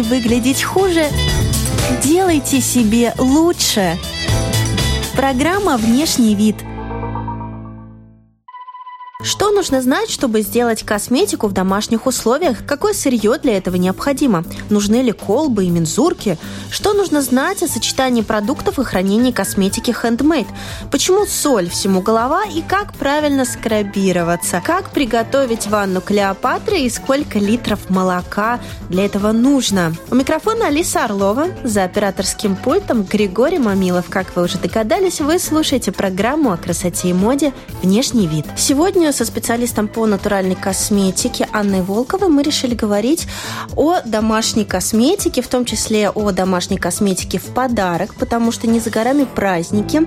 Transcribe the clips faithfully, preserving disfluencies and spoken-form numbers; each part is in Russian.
не выглядеть хуже, делайте себе лучше. Программа «Внешний вид». Что нужно знать, чтобы сделать косметику в домашних условиях? Какое сырье для этого необходимо? Нужны ли колбы и мензурки? Что нужно знать о сочетании продуктов и хранении косметики handmade? Почему соль всему голова и как правильно скрабироваться? Как приготовить ванну Клеопатры и сколько литров молока для этого нужно? У микрофона Алиса Орлова, за операторским пультом Григорий Мамилов. Как вы уже догадались, вы слушаете программу о красоте и моде «Внешний вид». Сегодня со специалистом по натуральной косметике Анной Волковой мы решили говорить о домашней косметике, в том числе о домашней косметике в подарок, потому что не за горами праздники.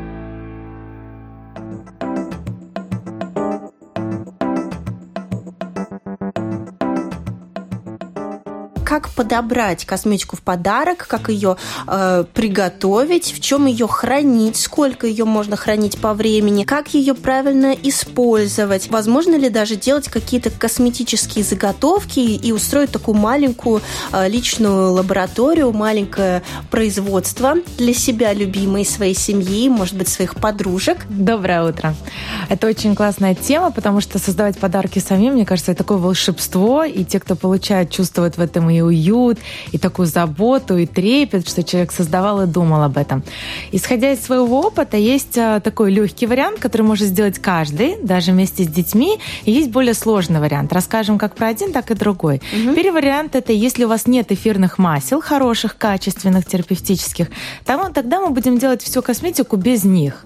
Как подобрать косметику в подарок, как ее э, приготовить, в чем ее хранить, сколько ее можно хранить по времени, как ее правильно использовать, возможно ли даже делать какие-то косметические заготовки и устроить такую маленькую э, личную лабораторию, маленькое производство для себя любимой, своей семьи, может быть, своих подружек. Доброе утро. Это очень классная тема, потому что создавать подарки самим, мне кажется, это такое волшебство, и те, кто получает, чувствуют в этом и уют, и такую заботу, и трепет, что человек создавал и думал об этом. Исходя из своего опыта, есть такой легкий вариант, который может сделать каждый, даже вместе с детьми, и есть более сложный вариант. Расскажем как про один, так и другой. Угу. Первый вариант – это если у вас нет эфирных масел, хороших, качественных, терапевтических, тогда мы будем делать всю косметику без них.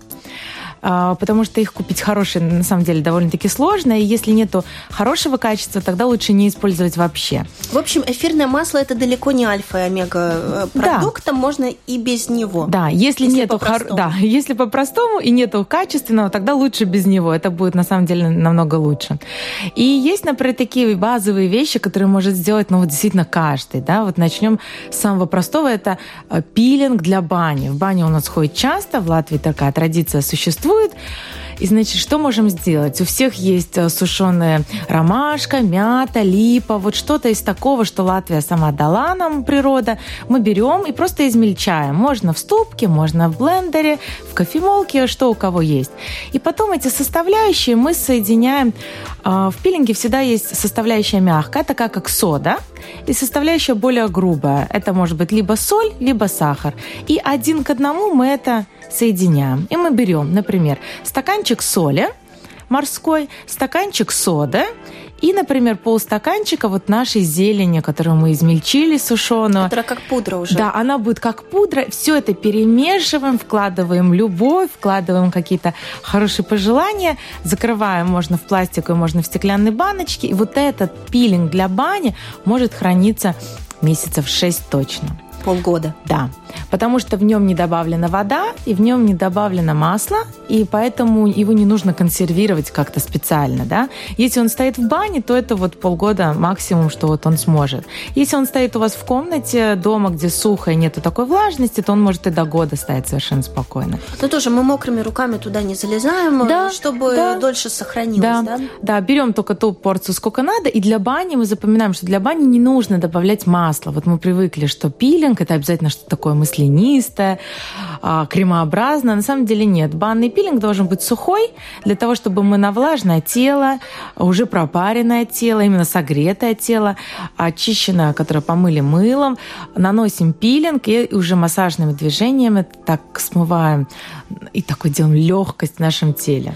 Потому что их купить хорошие, на самом деле, довольно-таки сложно, и если нету хорошего качества, тогда лучше не использовать вообще. В общем, эфирное масло – это далеко не альфа и омега продукт, да. Можно и без него. Да, если, если нету хор... да, если по-простому и нету качественного, тогда лучше без него, это будет, на самом деле, намного лучше. И есть, например, такие базовые вещи, которые может сделать, ну, вот действительно каждый, да, вот начнем с самого простого, это пилинг для бани. В бане у нас ходит часто, в Латвии такая традиция существует. И, значит, что можем сделать? У всех есть сушеная ромашка, мята, липа, вот что-то из такого, что Латвия сама дала нам, природа. Мы берем и просто измельчаем. Можно в ступке, можно в блендере, в кофемолке, что у кого есть. И потом эти составляющие мы соединяем. В пилинге всегда есть составляющая мягкая, такая как сода, и составляющая более грубая. Это может быть либо соль, либо сахар. И один к одному мы это соединяем. И мы берем, например, стаканчик соли морской, стаканчик соды и, например, полстаканчика вот нашей зелени, которую мы измельчили, сушеную. Которая как пудра уже. Да, она будет как пудра. Все это перемешиваем, вкладываем любовь, вкладываем какие-то хорошие пожелания, закрываем, можно в пластиковую, можно в стеклянной баночке. И вот этот пилинг для бани может храниться месяцев шесть точно. Полгода. Да, потому что в нем не добавлена вода, и в нем не добавлено масло, и поэтому его не нужно консервировать как-то специально, да. Если он стоит в бане, то это вот полгода максимум, что вот он сможет. Если он стоит у вас в комнате, дома, где сухо и нету такой влажности, то он может и до года стоять совершенно спокойно. Но тоже мы мокрыми руками туда не залезаем, да, чтобы да. дольше сохранилось, да. Да? Да, берем только ту порцию, сколько надо, и для бани мы запоминаем, что для бани не нужно добавлять масло. Вот мы привыкли, что пилинг – это обязательно что-то такое маслянистое, кремообразное. На самом деле нет. Банный пилинг должен быть сухой, для того, чтобы мы на влажное тело, уже пропаренное тело, именно согретое тело, очищенное, которое помыли мылом, наносим пилинг и уже массажными движениями так смываем и такой делаем легкость в нашем теле.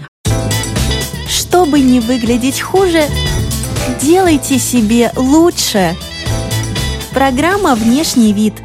Чтобы не выглядеть хуже, делайте себе лучше. Программа «Внешний вид».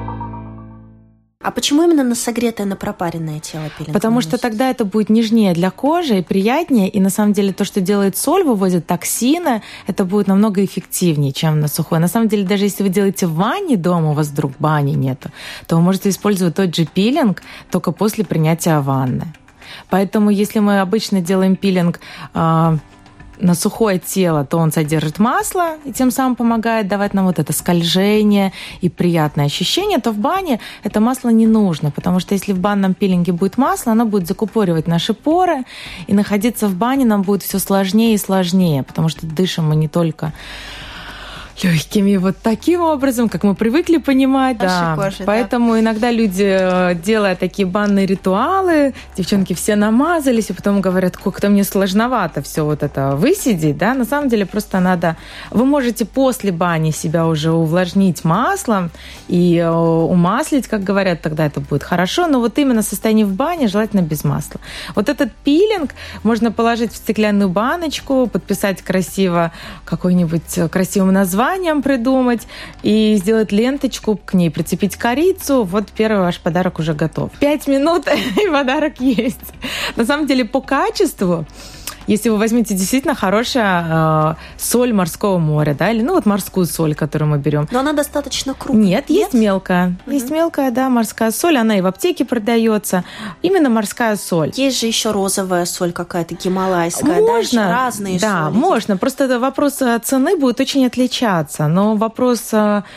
А почему именно на согретое, на пропаренное тело пилинг? Потому наносить? Что тогда это будет нежнее для кожи и приятнее. И на самом деле то, что делает соль, выводит токсины, это будет намного эффективнее, чем на сухое. На самом деле, даже если вы делаете в ванне дома, у вас вдруг бани нету, то вы можете использовать тот же пилинг, только после принятия ванны. Поэтому если мы обычно делаем пилинг на сухое тело, то он содержит масло и тем самым помогает давать нам вот это скольжение и приятное ощущение, то в бане это масло не нужно, потому что если в банном пилинге будет масло, оно будет закупоривать наши поры, и находиться в бане нам будет все сложнее и сложнее, потому что дышим мы не только легкими, вот таким образом, как мы привыкли понимать. Да. Кожи, Поэтому да. иногда люди, делая такие банные ритуалы, девчонки все намазались, и потом говорят, как-то мне сложновато все вот это высидеть. Да? На самом деле просто надо... Вы можете после бани себя уже увлажнить маслом и умаслить, как говорят, тогда это будет хорошо. Но вот именно состояние в бане желательно без масла. Вот этот пилинг можно положить в стеклянную баночку, подписать красиво какой-нибудь красивым названием придумать и сделать ленточку, к ней прицепить корицу. Вот первый ваш подарок уже готов. Пять минут, и подарок есть. На самом деле, по качеству, если вы возьмете действительно хорошая э, соль морского моря, да, или ну вот морскую соль, которую мы берем. Но она достаточно крупная. Нет, Нет? есть мелкая. Угу. Есть мелкая, да, морская соль. Она и в аптеке продается. Именно морская соль. Есть же еще розовая соль какая-то, гималайская. Можно, да, разные да, соли. можно. Просто это вопрос цены будет очень отличаться. Но вопрос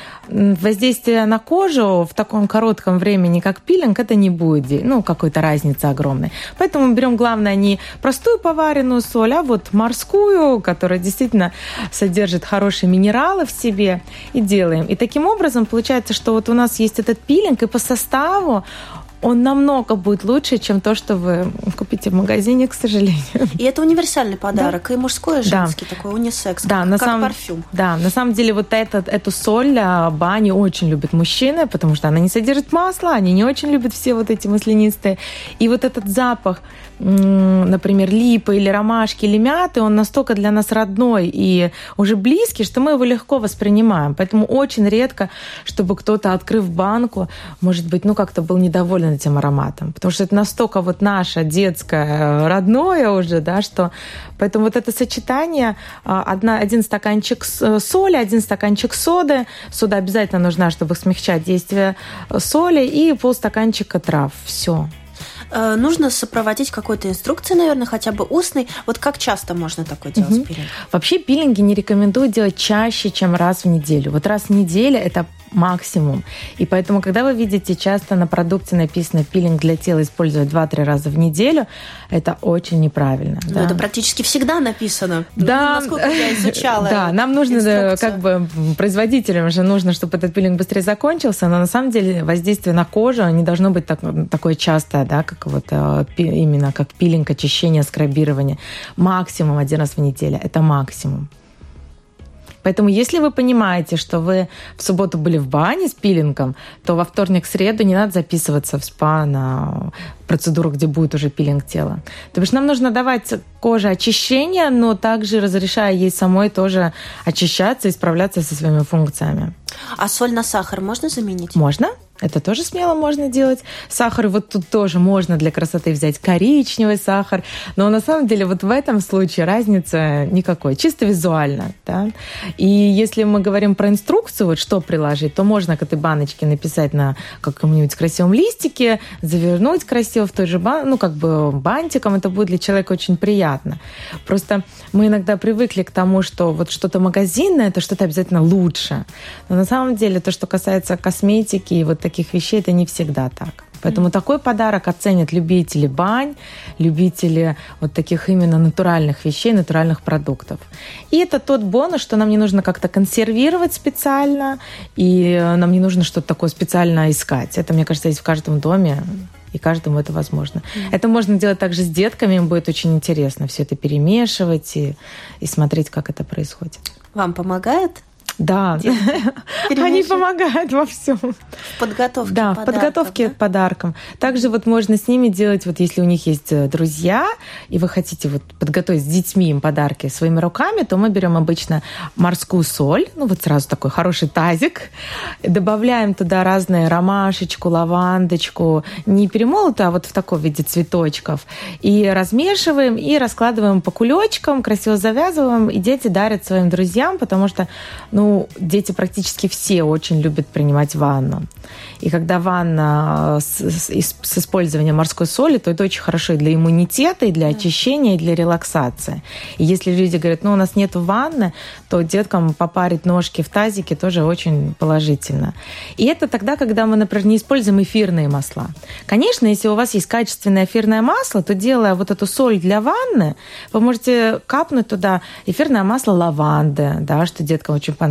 воздействия на кожу в таком коротком времени, как пилинг, это не будет, ну, какой-то разницы огромной. Поэтому мы берем, главное, не простую поваренную соль, а вот морскую, которая действительно содержит хорошие минералы в себе, и делаем. И таким образом получается, что вот у нас есть этот пилинг, и по составу он намного будет лучше, чем то, что вы купите в магазине, к сожалению. И это универсальный подарок, да. И мужской, и женский, да. Такой унисекс, да, как, на как самом, парфюм. Да, на самом деле вот этот, эту соль бани очень любят мужчины, потому что она не содержит масла, они не очень любят все вот эти маслянистые. И вот этот запах, например, липы или ромашки или мяты, он настолько для нас родной и уже близкий, что мы его легко воспринимаем. Поэтому очень редко, чтобы кто-то, открыв банку, может быть, ну как-то был недоволен этим ароматом. Потому что это настолько вот наше детское, родное уже, да, что... Поэтому вот это сочетание, одна, один стаканчик соли, один стаканчик соды. Сода обязательно нужна, чтобы смягчать действие соли, и полстаканчика трав. Все. Нужно сопроводить какой-то инструкцией, наверное, хотя бы устной. Вот как часто можно такое делать угу. пилинг? Вообще пилинги не рекомендую делать чаще, чем раз в неделю. Вот раз в неделю – это максимум. И поэтому, когда вы видите часто на продукте написано «пилинг для тела использовать два-три раза в неделю», это очень неправильно. Ну, да. Это практически всегда написано. Да, ну, насколько я изучала. Да, нам нужно, инструкцию. Как бы производителям же нужно, чтобы этот пилинг быстрее закончился, но на самом деле воздействие на кожу не должно быть так, такое частое, да, как вот именно как пилинг, очищение, скрабирование. Максимум один раз в неделю. Это максимум. Поэтому если вы понимаете, что вы в субботу были в бане с пилингом, то во вторник, среду не надо записываться в спа на процедуру, где будет уже пилинг тела. То есть нам нужно давать коже очищение, но также разрешая ей самой тоже очищаться и справляться со своими функциями. А соль на сахар можно заменить? Можно. Это тоже смело можно делать. Сахар вот тут тоже можно для красоты взять коричневый сахар. Но на самом деле вот в этом случае разницы никакой. Чисто визуально. Да? И если мы говорим про инструкцию, вот что приложить, то можно к этой баночке написать на каком-нибудь красивом листике, завернуть красиво в той же бан... ну, как бы бантиком. Это будет для человека очень приятно. Просто мы иногда привыкли к тому, что вот что-то магазинное, это что-то обязательно лучше. Но на самом деле то, что касается косметики и вот таких вещей, это не всегда так. Поэтому mm-hmm. такой подарок оценят любители бань, любители вот таких именно натуральных вещей, натуральных продуктов. И это тот бонус, что нам не нужно как-то консервировать специально, и нам не нужно что-то такое специально искать. Это, мне кажется, есть в каждом доме, и каждому это возможно. Mm-hmm. Это можно делать также с детками, им будет очень интересно все это перемешивать и, и смотреть, как это происходит. Вам помогает? Да, они помогают во всем. В подготовке да, к в подготовке да? к подаркам. Также вот можно с ними делать, вот если у них есть друзья, и вы хотите вот подготовить с детьми им подарки своими руками, то мы берем обычно морскую соль, ну вот сразу такой хороший тазик, добавляем туда разные ромашечку, лавандочку, не перемолотую, а вот в таком виде цветочков, и размешиваем, и раскладываем по кулечкам, красиво завязываем, и дети дарят своим друзьям, потому что, ну, Ну, дети практически все очень любят принимать ванну. И когда ванна с, с, с использованием морской соли, то это очень хорошо и для иммунитета, и для очищения, и для релаксации. И если люди говорят, ну, у нас нет ванны, то деткам попарить ножки в тазике тоже очень положительно. И это тогда, когда мы, например, не используем эфирные масла. Конечно, если у вас есть качественное эфирное масло, то, делая вот эту соль для ванны, вы можете капнуть туда эфирное масло лаванды, да, что деткам очень понравится.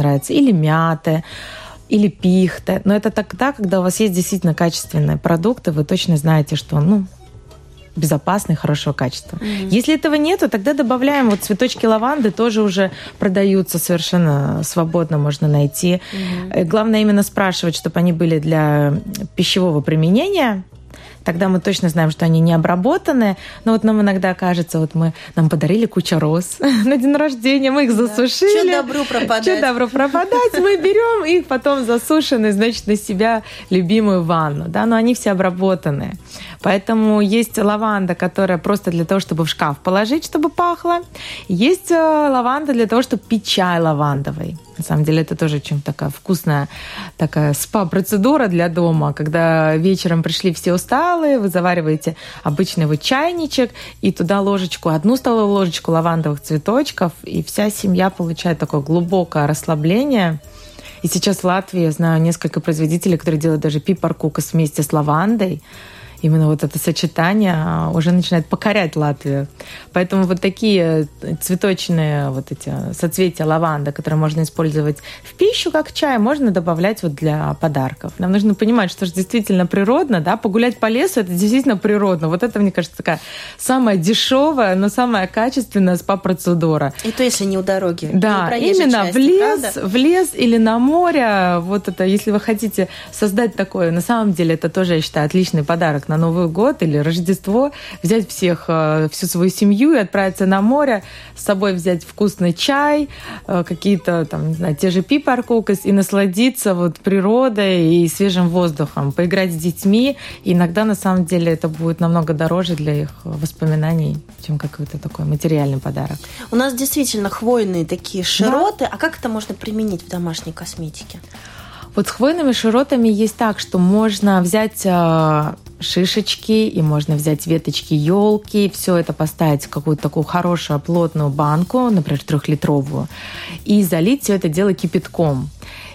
понравится, или мяты, или пихты. Но это тогда, когда у вас есть действительно качественные продукты, вы точно знаете, что, ну, безопасные, хорошего качества. Mm-hmm. Если этого нету, тогда добавляем вот цветочки лаванды, тоже уже продаются совершенно свободно, можно найти. Mm-hmm. Главное именно спрашивать, чтобы они были для пищевого применения. Тогда мы точно знаем, что они не обработаны. Но вот нам иногда кажется, вот мы, нам подарили кучу роз на день рождения, мы их засушили. Чё добру пропадать. Чё добру пропадать. Мы берем их потом засушенные, значит, на себя любимую ванну. Да? Но они все обработаны. Поэтому есть лаванда, которая просто для того, чтобы в шкаф положить, чтобы пахло. Есть лаванда для того, чтобы пить чай лавандовый. На самом деле это тоже очень такая вкусная такая спа-процедура для дома, когда вечером пришли все усталые, вы завариваете обычный вот чайничек и туда ложечку, одну столовую ложечку лавандовых цветочков, и вся семья получает такое глубокое расслабление. И сейчас в Латвии я знаю несколько производителей, которые делают даже пипаркукас вместе с лавандой. Именно вот это сочетание уже начинает покорять Латвию. Поэтому вот такие цветочные вот эти соцветия лаванды, которые можно использовать в пищу как чай, можно добавлять вот для подарков. Нам нужно понимать, что же действительно природно, да, погулять по лесу – это действительно природно. Вот это, мне кажется, такая самая дешевая, но самая качественная спа-процедура. И то, если не у дороги. Да, именно части, в лес, правда? в лес или на море. Вот это, если вы хотите создать такое, на самом деле это тоже, я считаю, отличный подарок на Новый год или Рождество, взять всех, всю свою семью и отправиться на море, с собой взять вкусный чай, какие-то там, не знаю, те же пипаркукас и насладиться вот природой и свежим воздухом, поиграть с детьми. И иногда, на самом деле, это будет намного дороже для их воспоминаний, чем какой-то такой материальный подарок. У нас действительно хвойные такие широты. Да. А как это можно применить в домашней косметике? Вот с хвойными широтами есть так, что можно взять э, шишечки и можно взять веточки елки, все это поставить в какую-то такую хорошую плотную банку, например, трехлитровую, и залить все это дело кипятком.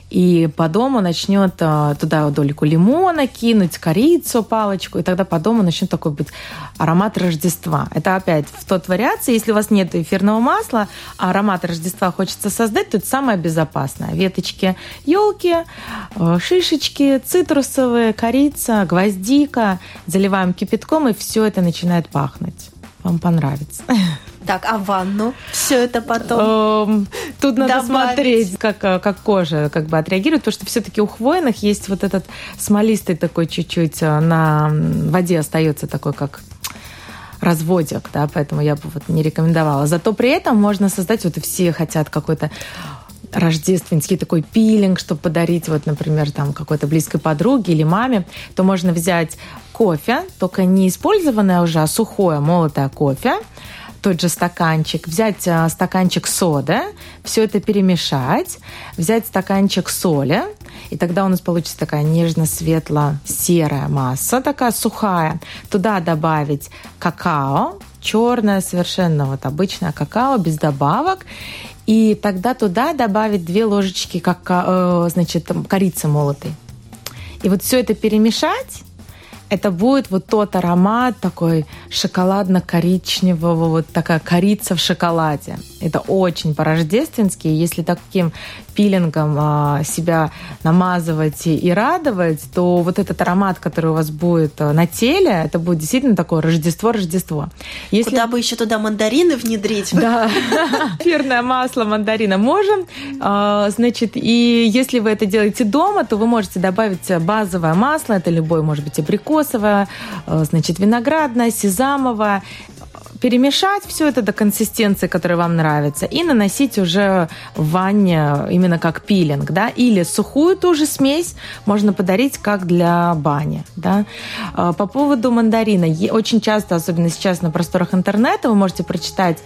И по дому начнет туда дольку лимона кинуть, корицу, палочку, и тогда по дому начнет такой быть аромат Рождества. Это опять в тот вариации, если у вас нет эфирного масла, а аромат Рождества хочется создать, то это самое безопасное. Веточки елки, шишечки, цитрусовые, корица, гвоздика. Заливаем кипятком, и все это начинает пахнуть. Вам понравится. Так, а ванну? Все это потом Тут надо добавить. смотреть, как, как кожа как бы отреагирует, потому что все-таки у хвойных есть вот этот смолистый такой чуть-чуть на воде остается такой, как разводик, да, поэтому я бы вот не рекомендовала. Зато при этом можно создать, вот и все хотят какой-то рождественский такой пилинг, чтобы подарить, вот, например, там какой-то близкой подруге или маме, то можно взять кофе, только не использованное уже, а сухое молотое кофе, тот же стаканчик, взять стаканчик соды, все это перемешать, взять стаканчик соли, и тогда у нас получится такая нежно-светло-серая масса, такая сухая. Туда добавить какао, черное совершенно, вот обычное какао, без добавок, и тогда туда добавить две ложечки какао, значит, корицы молотой. И вот все это перемешать, это будет вот тот аромат такой шоколадно-коричневого, вот такая корица в шоколаде. Это очень по-рождественски. Если таким пилингом а, себя намазывать и, и радовать, то вот этот аромат, который у вас будет на теле, это будет действительно такое Рождество-Рождество. Если... Куда бы еще туда мандарины внедрить? Да, эфирное масло мандарина можем. Значит, и если вы это делаете дома, то вы можете добавить базовое масло, это любое, может быть, абрикосовое, значит, виноградное, сезамовое, перемешать все это до консистенции, которая вам нравится, и наносить уже в ванне именно как пилинг, да, или сухую ту же смесь можно подарить как для бани, да. По поводу мандарина, очень часто, особенно сейчас на просторах интернета, вы можете прочитать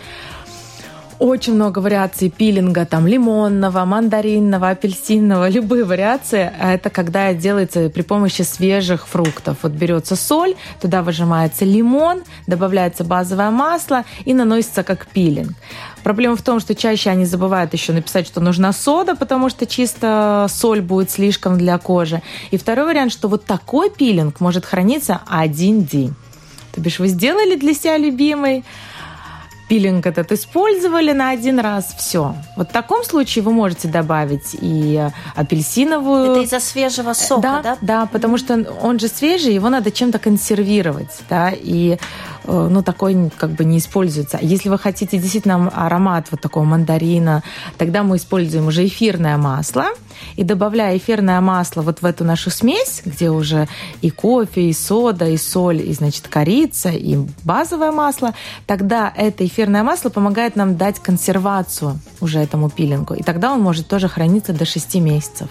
очень много вариаций пилинга, там, лимонного, мандаринного, апельсинного, любые вариации. Это когда делается при помощи свежих фруктов. Вот берется соль, туда выжимается лимон, добавляется базовое масло и наносится как пилинг. Проблема в том, что чаще они забывают еще написать, что нужна сода, потому что чисто соль будет слишком для кожи. И второй вариант, что вот такой пилинг может храниться один день. То бишь вы сделали для себя любимый пилинг этот использовали на один раз, все. Вот в таком случае вы можете добавить и апельсиновую... Это из-за свежего сока, да? Да, да, потому что он же свежий, его надо чем-то консервировать, да, и ну, такой как бы не используется. Если вы хотите действительно аромат вот такого мандарина, тогда мы используем уже эфирное масло, и добавляя эфирное масло вот в эту нашу смесь, где уже и кофе, и сода, и соль, и, значит, корица, и базовое масло, тогда это эфирное масло помогает нам дать консервацию уже этому пилингу, и тогда он может тоже храниться до шести месяцев.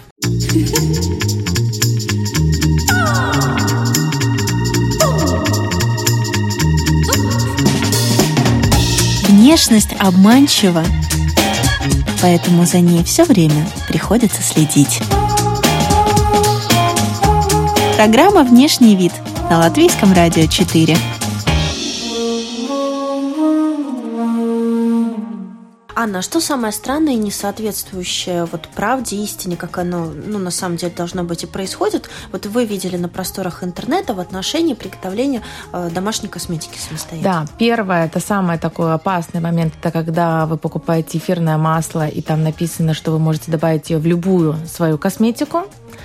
Внешность обманчива, поэтому за ней все время приходится следить. Программа «Внешний вид» на Латвийском радио четыре. Анна, что самое странное и несоответствующее вот правде, истине, как оно ну, на самом деле должно быть и происходит, вот вы видели на просторах интернета в отношении приготовления э, домашней косметики самостоятельно? Да, первое, это самый такой опасный момент, это когда вы покупаете эфирное масло, и там написано, что вы можете добавить ее в любую свою косметику.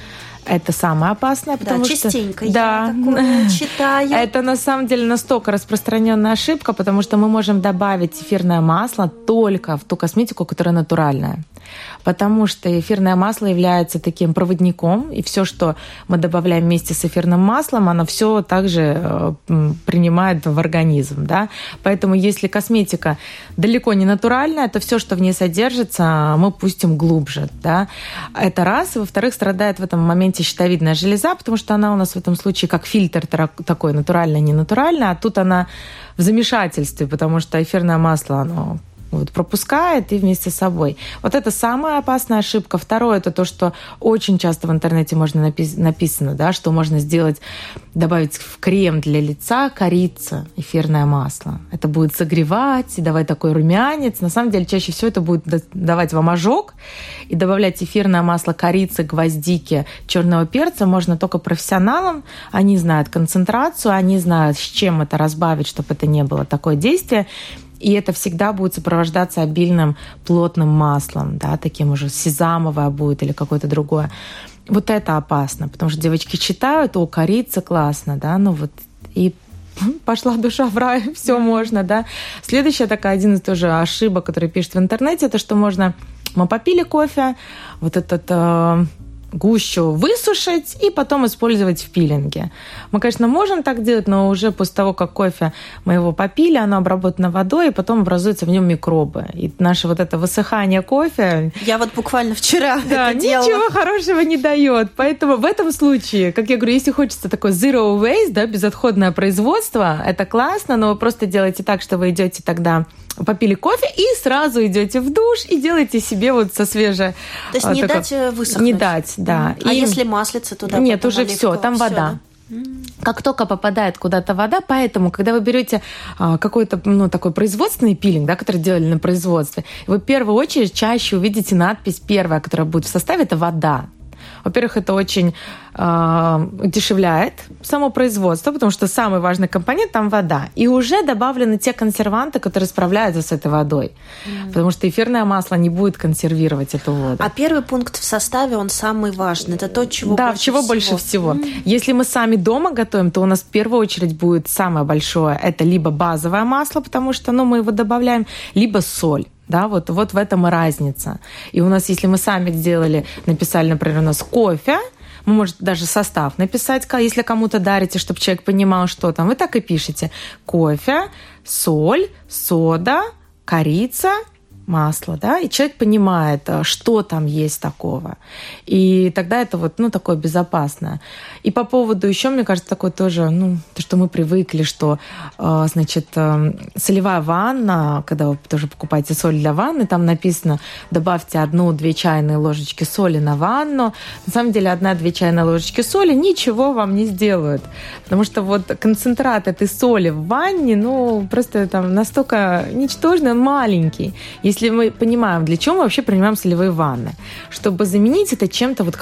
Это самое опасное, потому да, что... частенько да, я такое читаю. Это на самом деле настолько распространенная ошибка, потому что мы можем добавить эфирное масло только в ту косметику, которая натуральная. Потому что эфирное масло является таким проводником, и все, что мы добавляем вместе с эфирным маслом, оно все также принимает в организм. Да? Поэтому если косметика далеко не натуральная, то все, что в ней содержится, мы пустим глубже. Да? Это раз. И, во-вторых, страдает в этом моменте щитовидная железа, потому что она у нас в этом случае как фильтр такой натуральный, ненатуральный, а тут она в замешательстве, потому что эфирное масло, оно вот, пропускает и вместе с собой. Вот это самая опасная ошибка. Второе, это то, что очень часто в интернете можно напис- написано, да, что можно сделать, добавить в крем для лица корица, эфирное масло. Это будет согревать и давать такой румянец. На самом деле, чаще всего это будет давать вам ожог. И добавлять эфирное масло корицы, гвоздики, черного перца можно только профессионалам. Они знают концентрацию, они знают, с чем это разбавить, чтобы это не было такое действие. И это всегда будет сопровождаться обильным плотным маслом, да, таким уже сезамовое будет или какое-то другое. Вот это опасно, потому что девочки читают, о, корица классно, да, ну вот и пошла душа в рай, все можно, да. Следующая такая, один из тоже ошибок, который пишет в интернете, это что можно, мы попили кофе, вот этот э, гущу высушить и потом использовать в пилинге. Мы, конечно, можем так делать, но уже после того, как кофе мы его попили, оно обработано водой, и потом образуются в нем микробы. И наше вот это высыхание кофе... Я вот буквально вчера да, это делала. Ничего хорошего не дает. Поэтому в этом случае, как я говорю, если хочется такое zero waste, да, безотходное производство, это классно, но вы просто делаете так, что вы идете тогда... попили кофе и сразу идете в душ и делаете себе вот со свежей... То есть не такой, дать высохнуть? Не дать, да. А и... если маслица туда? Нет, уже все, там вода. Да? Как только попадает куда-то вода, поэтому, когда вы берете а, какой-то ну, такой производственный пилинг, да, который делали на производстве, вы в первую очередь чаще увидите надпись первая, которая будет в составе, это вода. Во-первых, это очень э, удешевляет само производство, потому что самый важный компонент там вода. И уже добавлены те консерванты, которые справляются с этой водой. Mm. Потому что эфирное масло не будет консервировать эту воду. А первый пункт в составе, он самый важный. Это то, чего да, больше чего всего. больше всего. Mm. Если мы сами дома готовим, то у нас в первую очередь будет самое большое. Это либо базовое масло, потому что ну, мы его добавляем, либо соль. Да, вот, вот в этом и разница. И у нас, если мы сами сделали, написали, например, у нас кофе, мы можем даже состав написать, если кому-то дарите, чтобы человек понимал, что там. Вы так и пишете. Кофе, соль, сода, корица, масло, да, и человек понимает, что там есть такого. И тогда это вот, ну, такое безопасное. И по поводу еще, мне кажется, такое тоже, ну, то, что мы привыкли, что, значит, солевая ванна, когда вы тоже покупаете соль для ванны, там написано, добавьте одну-две чайные ложечки соли на ванну. На самом деле, одна-две чайные ложечки соли ничего вам не сделают. Потому что вот концентрат этой соли в ванне, ну, просто там настолько ничтожный, он маленький. Если мы понимаем, для чего мы вообще принимаем солевые ванны, чтобы заменить это чем-то вот как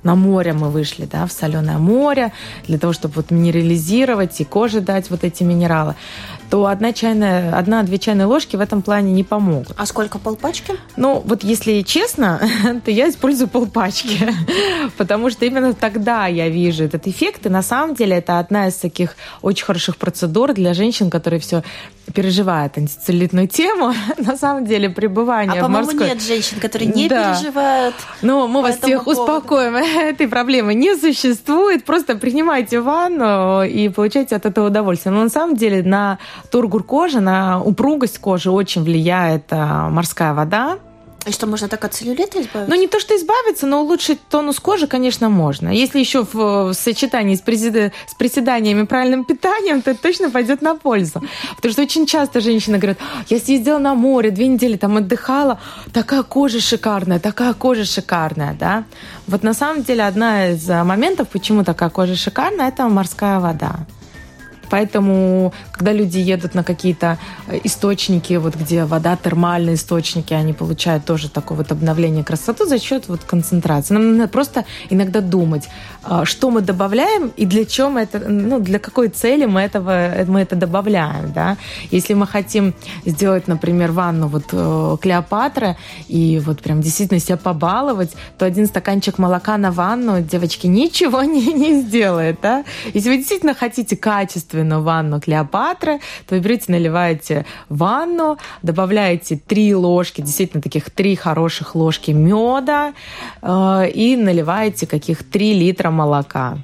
на море мы вышли, да, в соленое море, для того, чтобы вот минерализировать и коже дать вот эти минералы, то одна чайная, одна-две чайные ложки в этом плане не помогут. А сколько, полпачки? Ну, вот если честно, то я использую полпачки, потому что именно тогда я вижу этот эффект, и на самом деле это одна из таких очень хороших процедур для женщин, которые все переживают антицеллюлитную тему. На самом деле пребывание а, в морской... А, по-моему, нет женщин, которые не да. переживают. Ну, мы вас всех поводу. успокоим. Этой проблемы не существует. Просто принимайте ванну и получайте от этого удовольствие. Но на самом деле на тургор кожи, на упругость кожи очень влияет а, морская вода. И что, можно так от целлюлита избавиться? Ну, не то, что избавиться, но улучшить тонус кожи, конечно, можно. Если еще в, в сочетании с, приседа... с приседаниями и правильным питанием, то это точно пойдет на пользу. Потому что очень часто женщины говорят, я съездила на море, две недели там отдыхала, такая кожа шикарная, такая кожа шикарная, да. Вот на самом деле одна из моментов, почему такая кожа шикарная, это морская вода. Поэтому, когда люди едут на какие-то источники, вот где вода, термальные источники, они получают тоже такое вот обновление красоты за счет вот концентрации. Нам надо просто иногда думать, что мы добавляем и для чего мы это, ну, для какой цели мы, этого, мы это добавляем. Да? Если мы хотим сделать, например, ванну вот Клеопатры и вот прям действительно себя побаловать, то один стаканчик молока на ванну, девочки, ничего не, не сделает. Да? Если вы действительно хотите качественно ванну Клеопатры, то вы берете, наливаете ванну, добавляете три ложки, действительно таких три хороших ложки меда э, и наливаете каких три литра молока.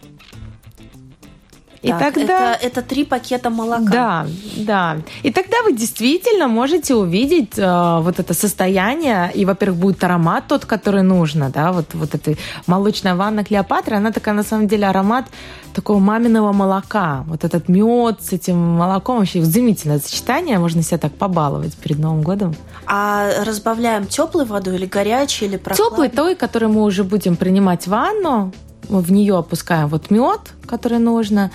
И так, тогда... это, это три пакета молока. Да, да. И тогда вы действительно можете увидеть э, вот это состояние, и, во-первых, будет аромат тот, который нужно, да, вот, вот эта молочная ванна Клеопатры, она такая, на самом деле, аромат такого маминого молока. Вот этот мед с этим молоком, вообще изумительное сочетание, можно себя так побаловать перед Новым годом. А разбавляем теплой водой или горячей, или прохладной? Теплой той, которой мы уже будем принимать ванну, в нее опускаем вот мед, который нужно.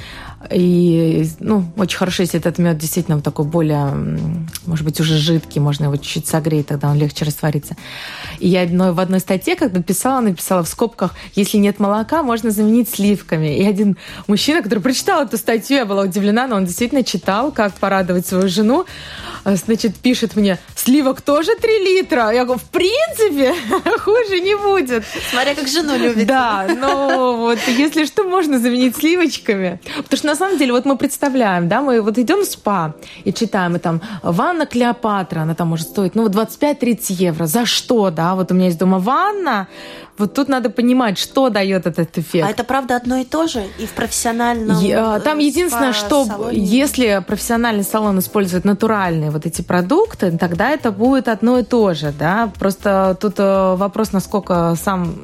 И, ну, очень хорошо, если этот мед действительно вот такой более, может быть, уже жидкий, можно его чуть-чуть согреть, тогда он легче растворится. И я в одной статье, когда писала, написала в скобках, если нет молока, можно заменить сливками. И один мужчина, который прочитал эту статью, я была удивлена, но он действительно читал, как порадовать свою жену. Значит, пишет мне, сливок тоже три литра. Я говорю, в принципе, хуже не будет. Смотря как жену любит. Да, но вот если что, можно заменить сливочками. Потому что на самом деле, вот мы представляем, да, мы вот идем в спа и читаем, и там ванна Клеопатра, она там может стоить, ну, двадцать пять тридцать евро. За что, да? Вот у меня есть дома ванна. Вот тут надо понимать, что дает этот эффект. А это правда одно и то же? И в профессиональном Я, Там единственное, что если профессиональный салон использует натуральные вот эти продукты, тогда это будет одно и то же, да. Просто тут вопрос, насколько сам...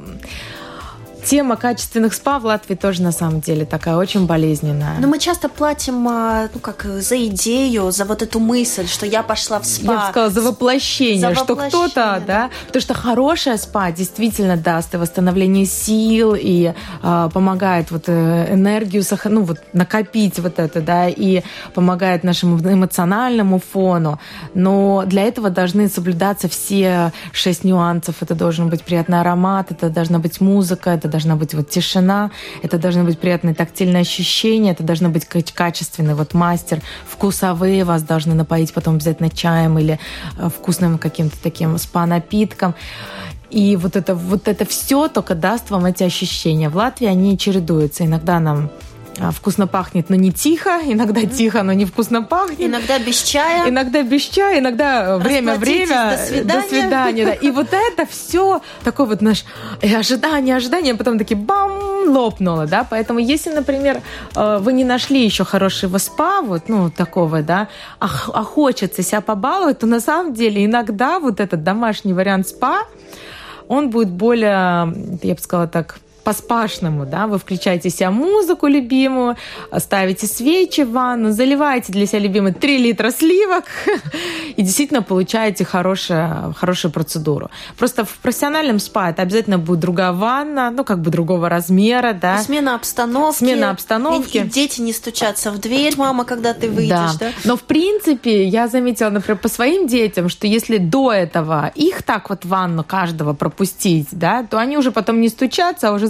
Тема качественных спа в Латвии тоже, на самом деле, такая очень болезненная. Но мы часто платим, ну, как за идею, за вот эту мысль, что я пошла в спа. Я бы сказала, за воплощение, за что воплощение, кто-то, да. да, потому что хорошая спа действительно даст и восстановление сил, и э, помогает вот энергию, ну, вот накопить вот это, да, и помогает нашему эмоциональному фону. Но для этого должны соблюдаться все шесть нюансов. Это должен быть приятный аромат, это должна быть музыка, это должна быть вот тишина, это должны быть приятные тактильные ощущения, это должно быть качественный вот мастер, вкусовые вас должны напоить потом обязательно чаем или вкусным каким-то таким спа-напитком. И вот это, вот это все только даст вам эти ощущения. В Латвии они чередуются. Иногда нам вкусно пахнет, но не тихо. Иногда тихо, но не вкусно пахнет. Иногда без чая. Иногда без чая, иногда время-время. До свидания. До свидания, да. И вот это все такое вот наше ожидание, ожидание, а потом такие бам, лопнуло, да. Поэтому если, например, вы не нашли еще хорошего спа, вот, ну, такого, да, а, а хочется себя побаловать, то на самом деле иногда вот этот домашний вариант спа, он будет более, я бы сказала так, по-спашному, да, вы включаете себе музыку любимую, ставите свечи в ванну, заливаете для себя любимые три литра сливок и действительно получаете хорошую, хорошую процедуру. Просто в профессиональном спа это обязательно будет другая ванна, ну, как бы другого размера, да. И смена обстановки. Смена обстановки. И, и дети не стучатся в дверь, мама, когда ты выйдешь, да. да? Но, в принципе, я заметила, например, по своим детям, что если до этого их так вот в ванну каждого пропустить, да, то они уже потом не стучатся, а уже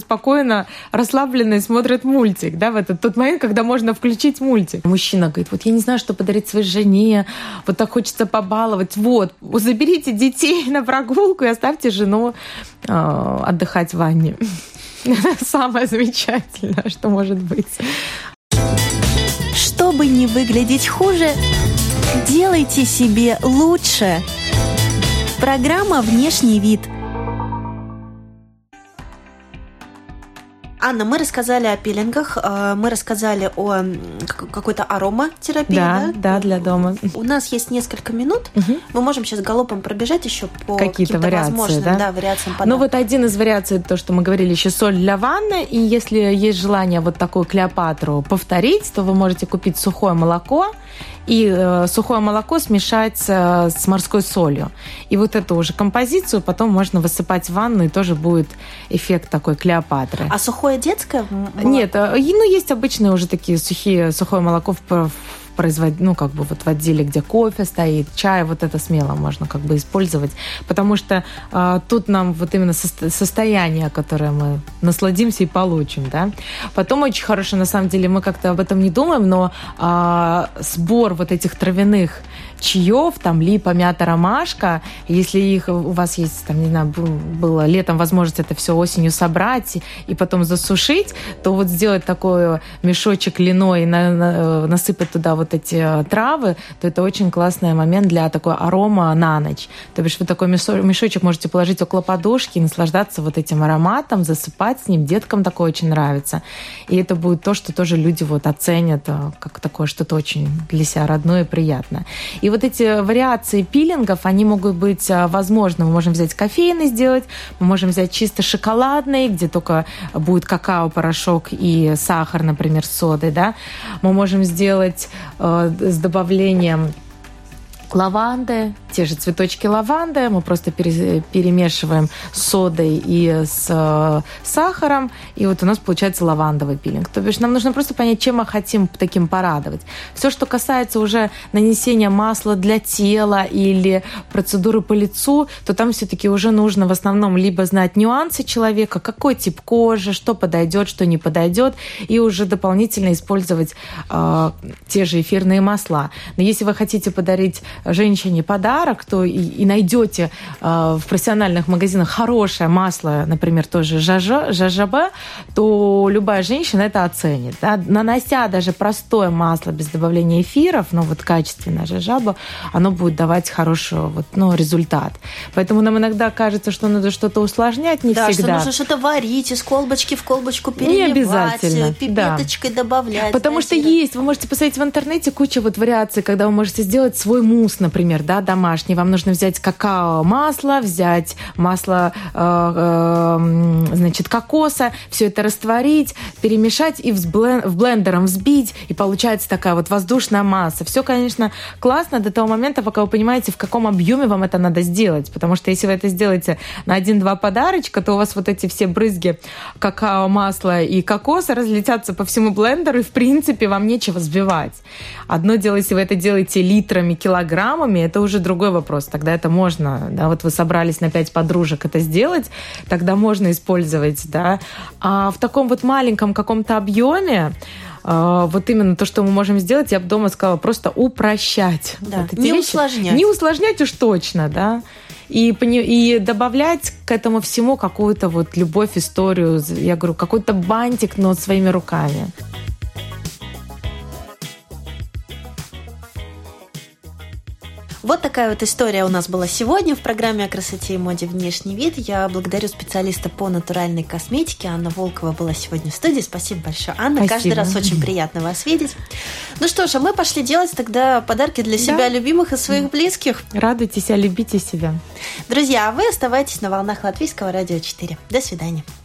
спокойно, расслабленный смотрит мультик, да, в этот тот момент, когда можно включить мультик. Мужчина говорит, вот я не знаю, что подарить своей жене, вот так хочется побаловать. Вот, заберите детей на прогулку и оставьте жену э, отдыхать в ванне. Это самое замечательное, что может быть. Чтобы не выглядеть хуже, делайте себе лучше. Программа «Внешний вид». Анна, мы рассказали о пилингах, мы рассказали о какой-то ароматерапии, да? Да, да, для дома. У нас есть несколько минут, угу. Мы можем сейчас галопом пробежать еще по какие-то каким-то вариации, возможным да? Да, вариациям подарков. Ну вот один из вариаций, то, что мы говорили, еще соль для ванны, и если есть желание вот такую Клеопатру повторить, то вы можете купить сухое молоко, и э, сухое молоко смешать э, с морской солью. И вот эту уже композицию потом можно высыпать в ванну, и тоже будет эффект такой Клеопатры. А сухое детское молоко? Нет, э, ну есть обычные уже такие сухие, сухое молоко в, в производить, ну, как бы вот в отделе, где кофе стоит, чай, вот это смело можно как бы использовать, потому что э, тут нам вот именно со- состояние, которое мы насладимся и получим, да. Потом очень хорошо, на самом деле, мы как-то об этом не думаем, но э, сбор вот этих травяных чаев, там липа, мята, ромашка, если их у вас есть, там, не знаю, было летом возможность это все осенью собрать и, и потом засушить, то вот сделать такой мешочек льняной, на, на, насыпать туда вот эти травы, то это очень классный момент для такой арома на ночь. То бишь вы такой мешочек можете положить около подушки и наслаждаться вот этим ароматом, засыпать с ним. Деткам такое очень нравится. И это будет то, что тоже люди вот оценят как такое что-то очень для себя родное и приятное. И вот эти вариации пилингов, они могут быть возможны. Мы можем взять кофейный сделать, мы можем взять чисто шоколадный, где только будет какао-порошок и сахар, например, с содой, да. Мы можем сделать э, с добавлением лаванды, те же цветочки лаванды, мы просто пере, перемешиваем с содой и с э, сахаром, и вот у нас получается лавандовый пилинг. То бишь нам нужно просто понять, чем мы хотим таким порадовать. Все, что касается уже нанесения масла для тела или процедуры по лицу, то там все-таки уже нужно в основном либо знать нюансы человека, какой тип кожи, что подойдет, что не подойдет, и уже дополнительно использовать э, те же эфирные масла. Но если вы хотите подарить женщине подарок, то и, и найдете э, в профессиональных магазинах хорошее масло, например, тоже жажаба, то любая женщина это оценит. Да? Нанося даже простое масло без добавления эфиров, но вот качественное жажаба, оно будет давать хороший вот, ну, результат. Поэтому нам иногда кажется, что надо что-то усложнять, не да, всегда. Да, что нужно что-то варить, из колбочки в колбочку переливать, не обязательно. пипеточкой да. добавлять. Потому знаете, что есть, вы можете посмотреть в интернете куча вот вариаций, когда вы можете сделать свой мусс, например, да, домашний. Вам нужно взять какао-масло, взять масло, э, э, значит, кокоса, все это растворить, перемешать и в блендером взбить, и получается такая вот воздушная масса. Все, конечно, классно до того момента, пока вы понимаете, в каком объеме вам это надо сделать. Потому что если вы это сделаете на один-два подарочка, то у вас вот эти все брызги какао, масла и кокоса разлетятся по всему блендеру, и, в принципе, вам нечего взбивать. Одно дело, если вы это делаете литрами, килограммами, это уже другой вопрос. Тогда это можно, да, вот вы собрались на пять подружек это сделать, тогда можно использовать, да. А в таком вот маленьком каком-то объеме вот именно то, что мы можем сделать, я бы дома сказала, просто упрощать. Да, вот не вещи. усложнять. Не усложнять уж точно, да. И, и добавлять к этому всему какую-то вот любовь, историю, я говорю, какой-то бантик, но своими руками. Вот такая вот история у нас была сегодня в программе о красоте и моде «Внешний вид». Я благодарю специалиста по натуральной косметике. Анна Волкова была сегодня в студии. Спасибо большое, Анна. Спасибо. Каждый раз очень приятно вас видеть. Ну что ж, а мы пошли делать тогда подарки для себя, да, любимых и своих близких. Радуйте себя, любите себя. Друзья, а вы оставайтесь на волнах Латвийского радио четыре. До свидания.